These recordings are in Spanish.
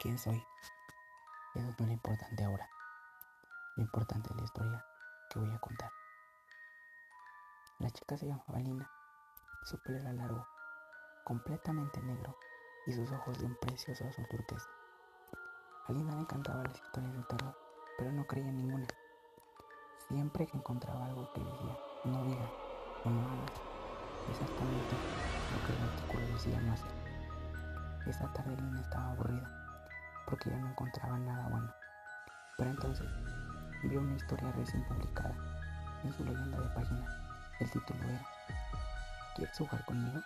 quién soy. Eso no es lo importante ahora. Lo importante es la historia que voy a contar. La chica se llamaba Lina. Su pelo era largo, completamente negro, y sus ojos de un precioso azul turquesa. A Lina le encantaban las historias de terror, pero no creía en ninguna. Siempre que encontraba algo que decía, no digas o no hagas, exactamente lo que el artículo decía no hacer. Esa tarde Lina estaba aburrida, porque ya no encontraba nada bueno. Pero entonces vio una historia recién publicada en su leyenda de página. El título era ¿Quieres jugar conmigo?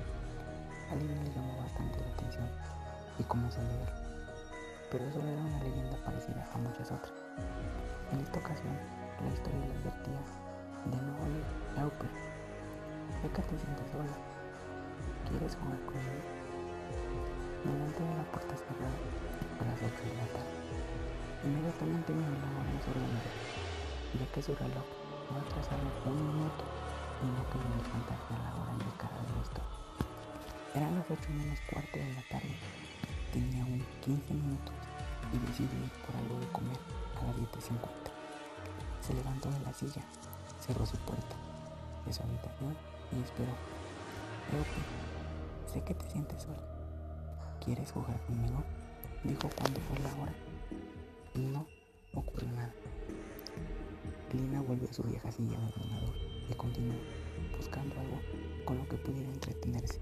A Lina le llamó bastante la atención y comenzó a leer, pero solo era una leyenda parecida a muchas otras. En esta ocasión, la historia le advertía de no oír Eupe. ¿De qué te sientes sola? ¿Quieres jugar conmigo? Delante de la puerta cerrada a las 8 de la tarde. Inmediatamente miró la hora en su reloj, ya que su reloj iba atrasado un minuto y no quería levantarse a la hora indicada de esto. Eran las 8 menos cuarto de la tarde. Tenía aún 15 minutos y decidió ir por algo de comer a las 7:50. Se levantó de la silla, cerró su puerta de su habitación y esperó. Eupe, sé que te sientes sola. ¿Quieres jugar conmigo? Dijo cuando fue la hora. Y no ocurrió nada. Lina volvió a su vieja silla de ordenador y continuó buscando algo con lo que pudiera entretenerse.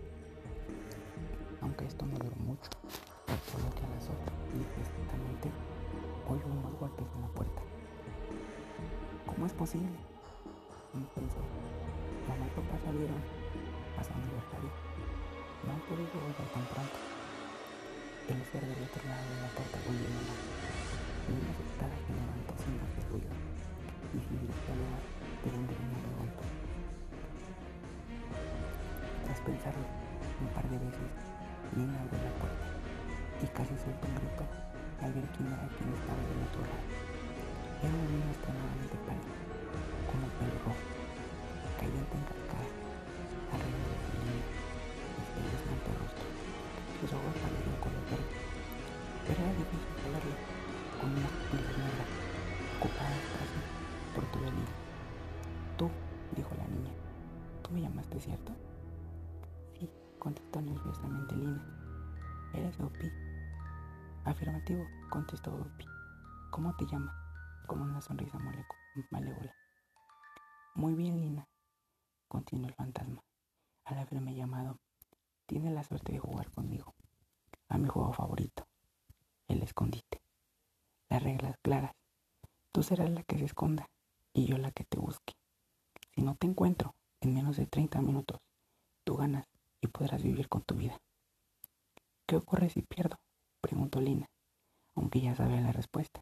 Aunque esto no duró mucho, solo que a las 8 y exactamente oyó unos golpes en la puerta. ¿Cómo es posible? Pensó. Mamá y papá salieron a su aniversario. No han podido volver tan pronto. El ser del otro lado de la puerta volvió a llamar. Lina asustada se levantó sin hacer ruido y se dirigió al lugar de donde venía el golpe. Tras pensarlo un par de veces, Lina abrió la puerta y casi soltó un grito al ver quién era quien estaba del otro lado. Era una niña extremadamente pálida, con el pelo rojo, cayente en cascada, alrededor de Lina, espeluznante rostro. Sus ojos parecían color verde, pero era difícil verlo con unas pupilas negras, ocupadas casi por todo el hilo. Tú, dijo la niña, ¿tú me llamaste, cierto? Sí, contestó nerviosamente Lina. ¿Eres Eupi? Afirmativo, contestó Eupi. ¿Cómo te llamas? Con una sonrisa malévola. Muy bien, Lina, continuó el fantasma. Al haberme llamado, tienes la suerte de jugar conmigo a mi juego favorito, el escondite. Las reglas claras. Tú serás la que se esconda y yo la que te busque. Si no te encuentro en menos de 30 minutos, tú ganas y podrás vivir con tu vida. ¿Qué ocurre si pierdo? Preguntó Lina, aunque ya sabía la respuesta.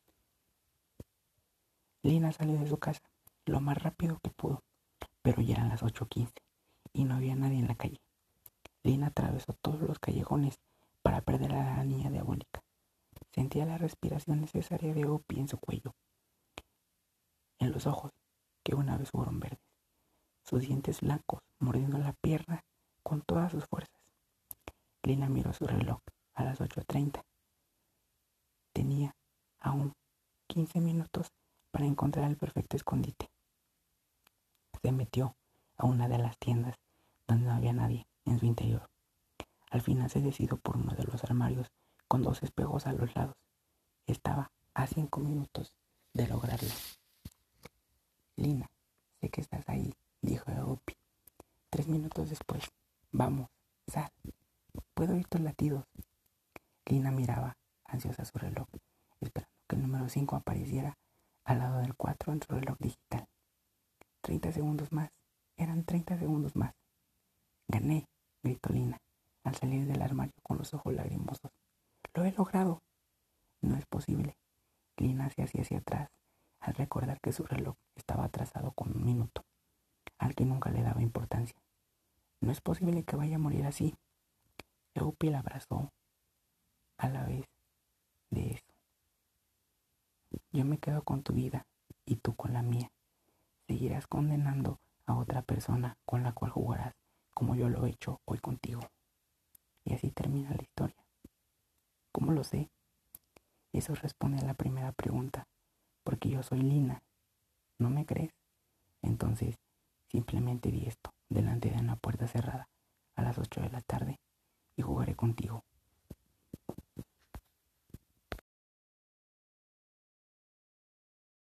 Lina salió de su casa lo más rápido que pudo, pero ya eran las 8:15 y no había nadie en la calle. Lina atravesó todos los callejones para perder a la niña diabólica. Sentía la respiración necesaria de Eupi en su cuello, en los ojos, que una vez fueron verdes, sus dientes blancos mordiendo la pierna con todas sus fuerzas. Lina miró su reloj a las 8:30. Tenía aún 15 minutos para encontrar el perfecto escondite. Se metió a una de las tiendas donde no había nadie en su interior. Al final se decidió por uno de los armarios con 2 espejos a los lados. Estaba a 5 minutos de lograrlo. Lina, sé que estás ahí, dijo Eupi. 3 minutos después. Vamos, sal. Puedo oír tus latidos. Lina miraba ansiosa su reloj, esperando que el número 5 apareciera al lado del 4 en su reloj digital. 30 segundos más. Eran 30 segundos más. Gané, gritó Lina, al salir del armario con los ojos lagrimosos. ¡Lo he logrado! No es posible. Lina se hacía hacia atrás al recordar que su reloj estaba atrasado con 1 minuto, al que nunca le daba importancia. No es posible que vaya a morir así. Eupi la abrazó a la vez de eso. Yo me quedo con tu vida y tú con la mía. Seguirás condenando a otra persona con la cual jugarás como yo lo he hecho hoy contigo. Y así termina la historia. Como ¿Cómo lo sé? Eso responde a la primera pregunta, porque yo soy Lina. ¿No me crees? Entonces, simplemente di esto delante de una puerta cerrada a las 8 de la tarde y jugaré contigo.